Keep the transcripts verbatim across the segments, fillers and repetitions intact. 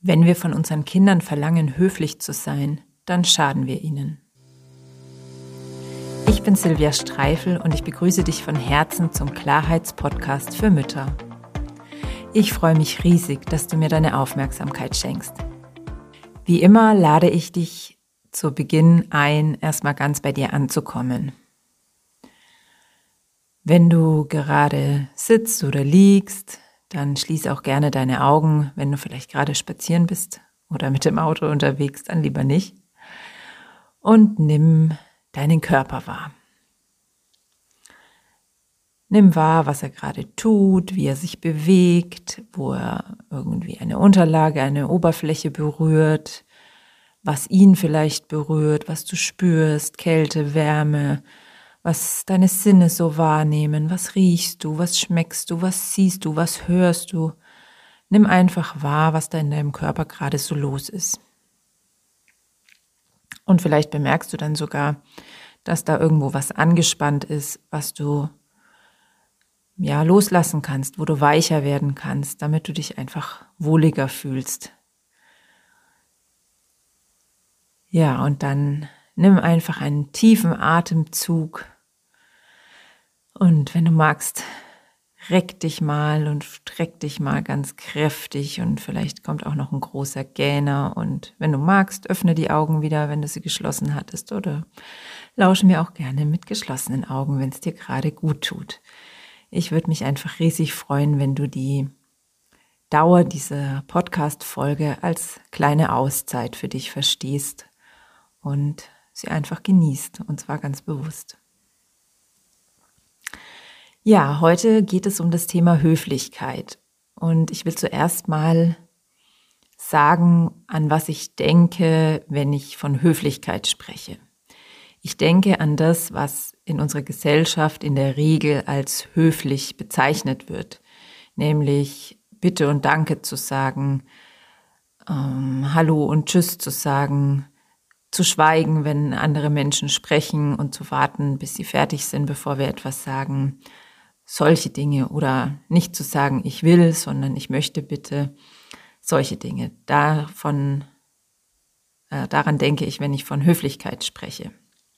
Wenn wir von unseren Kindern verlangen, höflich zu sein, dann schaden wir ihnen. Ich bin Silvia Streifel und ich begrüße dich von Herzen zum Klarheitspodcast für Mütter. Ich freue mich riesig, dass du mir deine Aufmerksamkeit schenkst. Wie immer lade ich dich zu Beginn ein, erstmal ganz bei dir anzukommen. Wenn du gerade sitzt oder liegst, dann schließ auch gerne deine Augen, wenn du vielleicht gerade spazieren bist oder mit dem Auto unterwegs, dann lieber nicht. Und nimm deinen Körper wahr. Nimm wahr, was er gerade tut, wie er sich bewegt, wo er irgendwie eine Unterlage, eine Oberfläche berührt, was ihn vielleicht berührt, was du spürst, Kälte, Wärme, was deine Sinne so wahrnehmen, was riechst du, was schmeckst du, was siehst du, was hörst du. Nimm einfach wahr, was da in deinem Körper gerade so los ist. Und vielleicht bemerkst du dann sogar, dass da irgendwo was angespannt ist, was du ja loslassen kannst, wo du weicher werden kannst, damit du dich einfach wohliger fühlst. Ja, und dann nimm einfach einen tiefen Atemzug und wenn du magst, reck dich mal und streck dich mal ganz kräftig und vielleicht kommt auch noch ein großer Gähner und wenn du magst, öffne die Augen wieder, wenn du sie geschlossen hattest oder lausche mir auch gerne mit geschlossenen Augen, wenn es dir gerade gut tut. Ich würde mich einfach riesig freuen, wenn du die Dauer dieser Podcast-Folge als kleine Auszeit für dich verstehst und sie einfach genießt, und zwar ganz bewusst. Ja, heute geht es um das Thema Höflichkeit und ich will zuerst mal sagen, an was ich denke, wenn ich von Höflichkeit spreche. Ich denke an das, was in unserer Gesellschaft in der Regel als höflich bezeichnet wird, nämlich Bitte und Danke zu sagen, ähm, Hallo und Tschüss zu sagen, zu schweigen, wenn andere Menschen sprechen und zu warten, bis sie fertig sind, bevor wir etwas sagen. Solche Dinge oder nicht zu sagen, ich will, sondern ich möchte bitte. Solche Dinge. Davon, äh, daran denke ich, wenn ich von Höflichkeit spreche.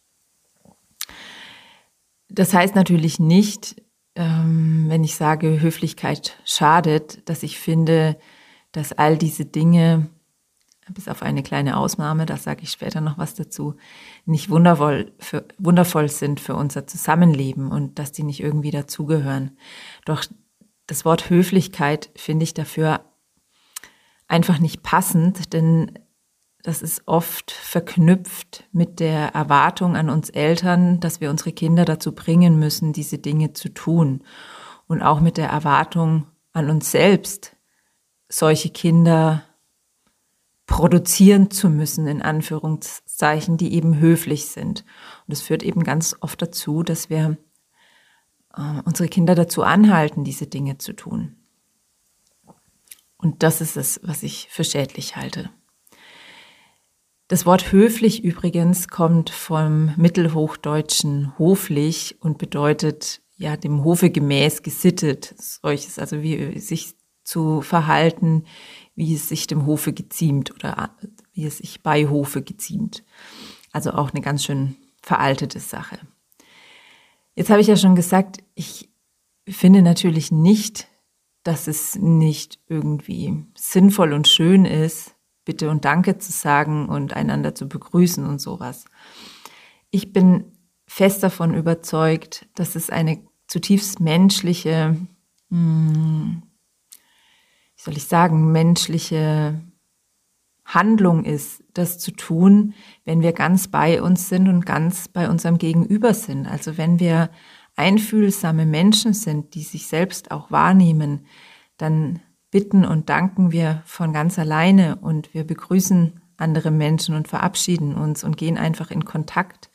Das heißt natürlich nicht, ähm, wenn ich sage, Höflichkeit schadet, dass ich finde, dass all diese Dinge, bis auf eine kleine Ausnahme, da sage ich später noch was dazu, nicht wundervoll, für, wundervoll sind für unser Zusammenleben und dass die nicht irgendwie dazugehören. Doch das Wort Höflichkeit finde ich dafür einfach nicht passend, denn das ist oft verknüpft mit der Erwartung an uns Eltern, dass wir unsere Kinder dazu bringen müssen, diese Dinge zu tun. Und auch mit der Erwartung an uns selbst, solche Kinder produzieren zu müssen, in Anführungszeichen, die eben höflich sind. Und das führt eben ganz oft dazu, dass wir äh, unsere Kinder dazu anhalten, diese Dinge zu tun. Und das ist es, was ich für schädlich halte. Das Wort höflich übrigens kommt vom mittelhochdeutschen hoflich und bedeutet ja dem Hofe gemäß gesittet, solches, also wie sich zu verhalten, wie es sich dem Hofe geziemt oder wie es sich bei Hofe geziemt. Also auch eine ganz schön veraltete Sache. Jetzt habe ich ja schon gesagt, ich finde natürlich nicht, dass es nicht irgendwie sinnvoll und schön ist, Bitte und Danke zu sagen und einander zu begrüßen und sowas. Ich bin fest davon überzeugt, dass es eine zutiefst menschliche, hm, wie soll ich sagen, menschliche Handlung ist, das zu tun, wenn wir ganz bei uns sind und ganz bei unserem Gegenüber sind. Also wenn wir einfühlsame Menschen sind, die sich selbst auch wahrnehmen, dann bitten und danken wir von ganz alleine und wir begrüßen andere Menschen und verabschieden uns und gehen einfach in Kontakt.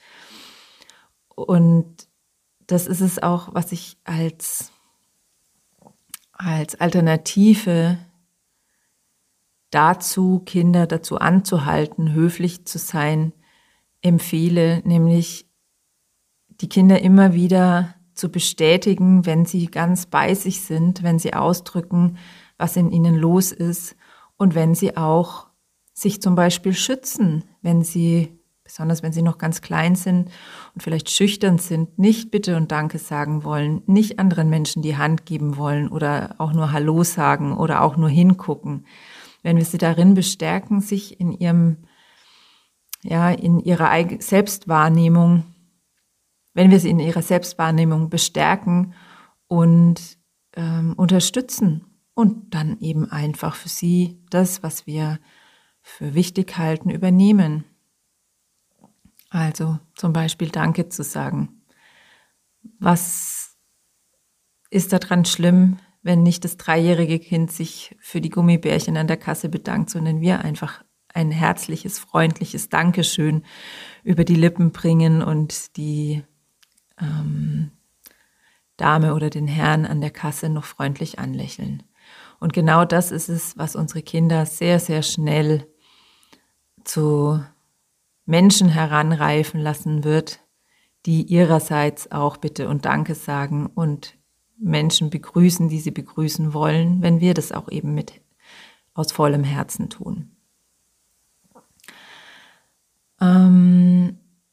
Und das ist es auch, was ich als, als Alternative dazu, Kinder dazu anzuhalten, höflich zu sein, empfehle, nämlich die Kinder immer wieder zu bestätigen, wenn sie ganz bei sich sind, wenn sie ausdrücken, was in ihnen los ist Und wenn sie auch sich zum Beispiel schützen, wenn sie, besonders wenn sie noch ganz klein sind und vielleicht schüchtern sind, nicht Bitte und Danke sagen wollen, nicht anderen Menschen die Hand geben wollen oder auch nur Hallo sagen oder auch nur hingucken. Wenn wir sie darin bestärken, sich in ihrem, ja, in ihrer Selbstwahrnehmung, wenn wir sie in ihrer Selbstwahrnehmung bestärken und ähm, unterstützen und dann eben einfach für sie das, was wir für wichtig halten, übernehmen. Also zum Beispiel Danke zu sagen. Was ist daran schlimm, wenn nicht das dreijährige Kind sich für die Gummibärchen an der Kasse bedankt, sondern wir einfach ein herzliches, freundliches Dankeschön über die Lippen bringen und die ähm, Dame oder den Herrn an der Kasse noch freundlich anlächeln. Und genau das ist es, was unsere Kinder sehr, sehr schnell zu Menschen heranreifen lassen wird, die ihrerseits auch Bitte und Danke sagen und Menschen begrüßen, die sie begrüßen wollen, wenn wir das auch eben mit aus vollem Herzen tun. Ähm,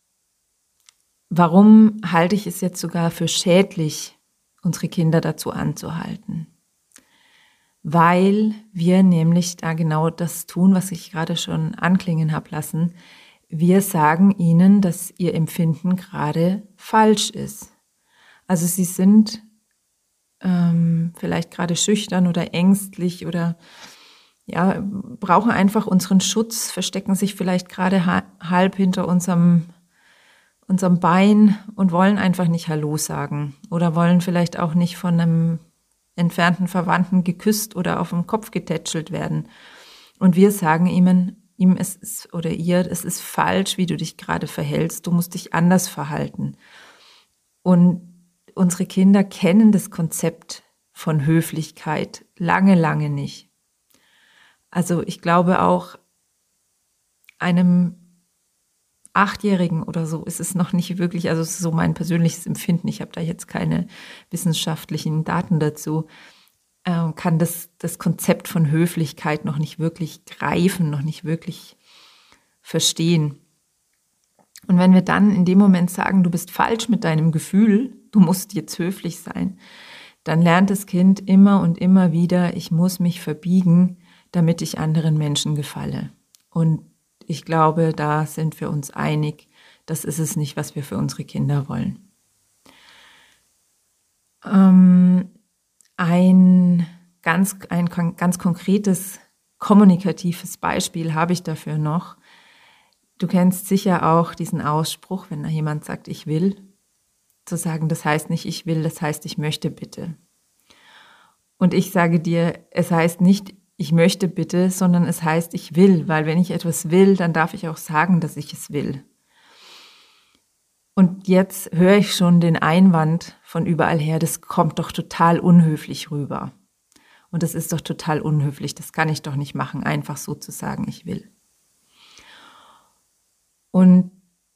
warum halte ich es jetzt sogar für schädlich, unsere Kinder dazu anzuhalten? Weil wir nämlich da genau das tun, was ich gerade schon anklingen habe lassen. Wir sagen ihnen, dass ihr Empfinden gerade falsch ist. Also sie sind ähm, vielleicht gerade schüchtern oder ängstlich oder ja, brauchen einfach unseren Schutz, verstecken sich vielleicht gerade ha- halb hinter unserem, unserem Bein und wollen einfach nicht Hallo sagen oder wollen vielleicht auch nicht von einem entfernten Verwandten geküsst oder auf den Kopf getätschelt werden. Und wir sagen ihm, ihm es ist, oder ihr, es ist falsch, wie du dich gerade verhältst, du musst dich anders verhalten. Und unsere Kinder kennen das Konzept von Höflichkeit lange, lange nicht. Also ich glaube auch einem Achtjährigen oder so ist es noch nicht wirklich, also es ist so mein persönliches Empfinden, ich habe da jetzt keine wissenschaftlichen Daten dazu, äh, kann das, das Konzept von Höflichkeit noch nicht wirklich greifen, noch nicht wirklich verstehen. Und wenn wir dann in dem Moment sagen, du bist falsch mit deinem Gefühl, du musst jetzt höflich sein, dann lernt das Kind immer und immer wieder, ich muss mich verbiegen, damit ich anderen Menschen gefalle. Und ich glaube, da sind wir uns einig, das ist es nicht, was wir für unsere Kinder wollen. Ähm, ein, ganz, ein ganz konkretes kommunikatives Beispiel habe ich dafür noch. Du kennst sicher auch diesen Ausspruch, wenn da jemand sagt, ich will, zu sagen, das heißt nicht, ich will, das heißt, ich möchte bitte. Und ich sage dir, es heißt nicht, ich möchte bitte, sondern es heißt, ich will, weil wenn ich etwas will, dann darf ich auch sagen, dass ich es will. Und jetzt höre ich schon den Einwand von überall her, das kommt doch total unhöflich rüber. Und das ist doch total unhöflich, das kann ich doch nicht machen, einfach so zu sagen, ich will. Und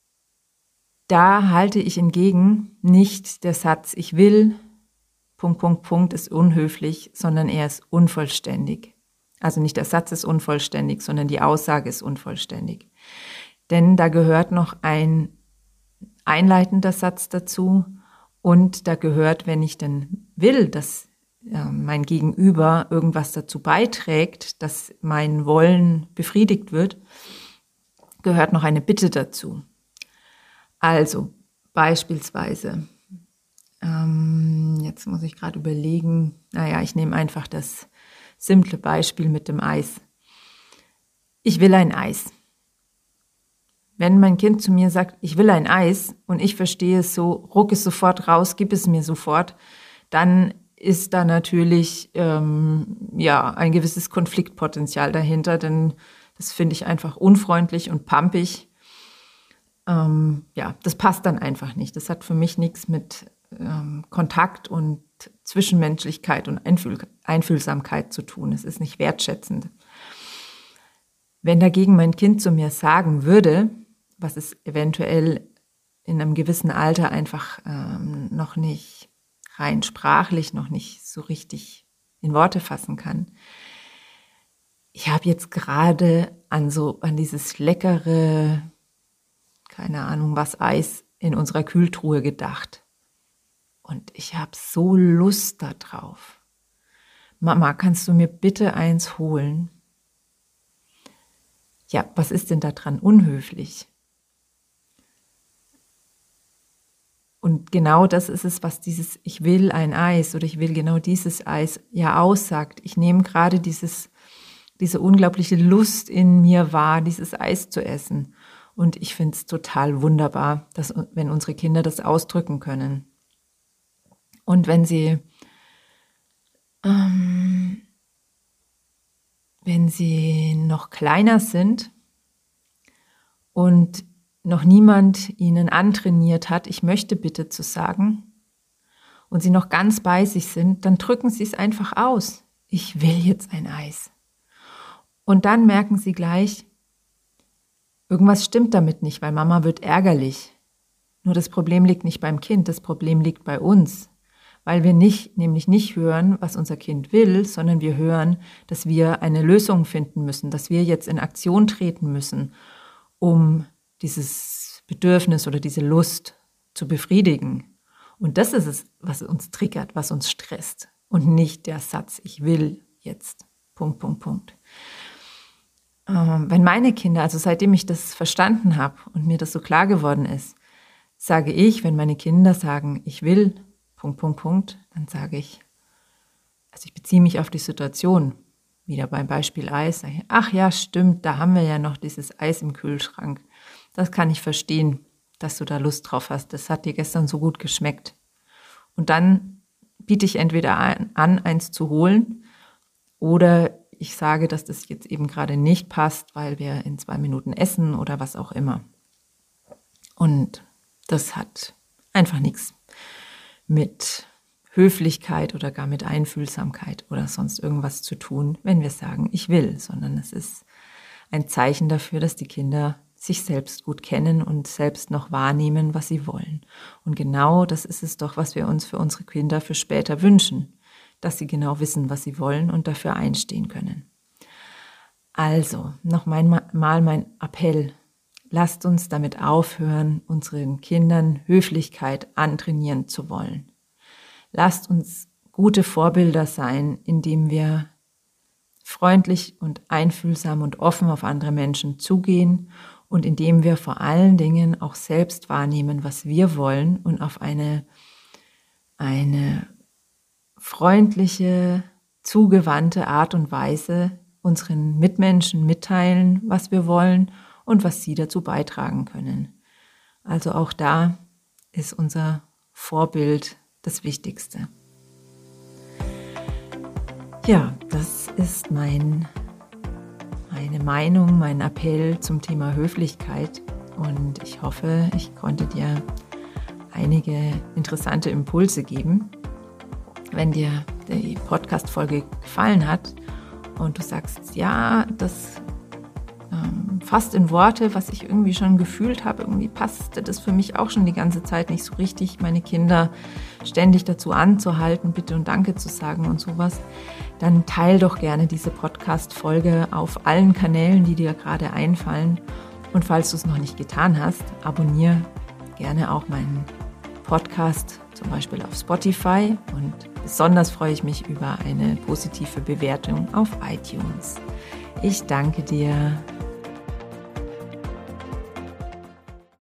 da halte ich entgegen, nicht der Satz, ich will, Punkt, Punkt, Punkt, ist unhöflich, sondern er ist unvollständig. Also nicht der Satz ist unvollständig, sondern die Aussage ist unvollständig. Denn da gehört noch ein einleitender Satz dazu und da gehört, wenn ich denn will, dass äh, mein Gegenüber irgendwas dazu beiträgt, dass mein Wollen befriedigt wird, gehört noch eine Bitte dazu. Also beispielsweise, ähm, jetzt muss ich gerade überlegen, naja, ich nehme einfach das simple Beispiel mit dem Eis. Ich will ein Eis. Wenn mein Kind zu mir sagt, ich will ein Eis und ich verstehe es so, ruck es sofort raus, gib es mir sofort, dann ist da natürlich ähm, ja ein gewisses Konfliktpotenzial dahinter, denn das finde ich einfach unfreundlich und pampig. Ähm, ja, das passt dann einfach nicht. Das hat für mich nichts mit ähm, Kontakt und Zwischenmenschlichkeit und Einfühl- Einfühlsamkeit zu tun. Es ist nicht wertschätzend. Wenn dagegen mein Kind zu mir sagen würde, was es eventuell in einem gewissen Alter einfach ähm, noch nicht rein sprachlich, noch nicht so richtig in Worte fassen kann, ich habe jetzt gerade an so, an dieses leckere, keine Ahnung was, Eis in unserer Kühltruhe gedacht. Und ich habe so Lust da drauf. Mama, kannst du mir bitte eins holen? Ja, was ist denn da dran unhöflich? Und genau das ist es, was dieses ich will ein Eis oder ich will genau dieses Eis ja aussagt. Ich nehme gerade dieses, diese unglaubliche Lust in mir wahr, dieses Eis zu essen. Und ich finde es total wunderbar, dass, wenn unsere Kinder das ausdrücken können. Und wenn sie, ähm, wenn sie noch kleiner sind und noch niemand ihnen antrainiert hat, ich möchte bitte zu sagen, und sie noch ganz bei sich sind, dann drücken sie es einfach aus. Ich will jetzt ein Eis. Und dann merken sie gleich, irgendwas stimmt damit nicht, weil Mama wird ärgerlich. Nur das Problem liegt nicht beim Kind, das Problem liegt bei uns. Weil wir nicht, nämlich nicht hören, was unser Kind will, sondern wir hören, dass wir eine Lösung finden müssen, dass wir jetzt in Aktion treten müssen, um dieses Bedürfnis oder diese Lust zu befriedigen. Und das ist es, was uns triggert, was uns stresst. Und nicht der Satz, ich will jetzt, Punkt, Punkt, Punkt. Ähm, wenn meine Kinder, also seitdem ich das verstanden habe und mir das so klar geworden ist, sage ich, wenn meine Kinder sagen, ich will, Punkt, Punkt, Punkt, dann sage ich, also ich beziehe mich auf die Situation, wieder beim Beispiel Eis, sage ich, ach ja, stimmt, da haben wir ja noch dieses Eis im Kühlschrank. Das kann ich verstehen, dass du da Lust drauf hast. Das hat dir gestern so gut geschmeckt. Und dann biete ich entweder an, eins zu holen, oder ich sage, dass das jetzt eben gerade nicht passt, weil wir in zwei Minuten essen oder was auch immer. Und das hat einfach nichts mit Höflichkeit oder gar mit Einfühlsamkeit oder sonst irgendwas zu tun, wenn wir sagen, ich will, sondern es ist ein Zeichen dafür, dass die Kinder sich selbst gut kennen und selbst noch wahrnehmen, was sie wollen. Und genau das ist es doch, was wir uns für unsere Kinder für später wünschen, dass sie genau wissen, was sie wollen und dafür einstehen können. Also, noch mal mein Appell. Lasst uns damit aufhören, unseren Kindern Höflichkeit antrainieren zu wollen. Lasst uns gute Vorbilder sein, indem wir freundlich und einfühlsam und offen auf andere Menschen zugehen und indem wir vor allen Dingen auch selbst wahrnehmen, was wir wollen und auf eine, eine freundliche, zugewandte Art und Weise unseren Mitmenschen mitteilen, was wir wollen und was sie dazu beitragen können. Also auch da ist unser Vorbild das Wichtigste. Ja, das ist mein, meine Meinung, mein Appell zum Thema Höflichkeit und ich hoffe, ich konnte dir einige interessante Impulse geben. Wenn dir die Podcast-Folge gefallen hat und du sagst, ja, das ähm, fasst in Worte, was ich irgendwie schon gefühlt habe, irgendwie passte das für mich auch schon die ganze Zeit nicht so richtig, meine Kinder ständig dazu anzuhalten, bitte und danke zu sagen und sowas, dann teil doch gerne diese Podcast-Folge auf allen Kanälen, die dir gerade einfallen. Und falls du es noch nicht getan hast, abonniere gerne auch meinen Podcast, zum Beispiel auf Spotify. Und besonders freue ich mich über eine positive Bewertung auf iTunes. Ich danke dir.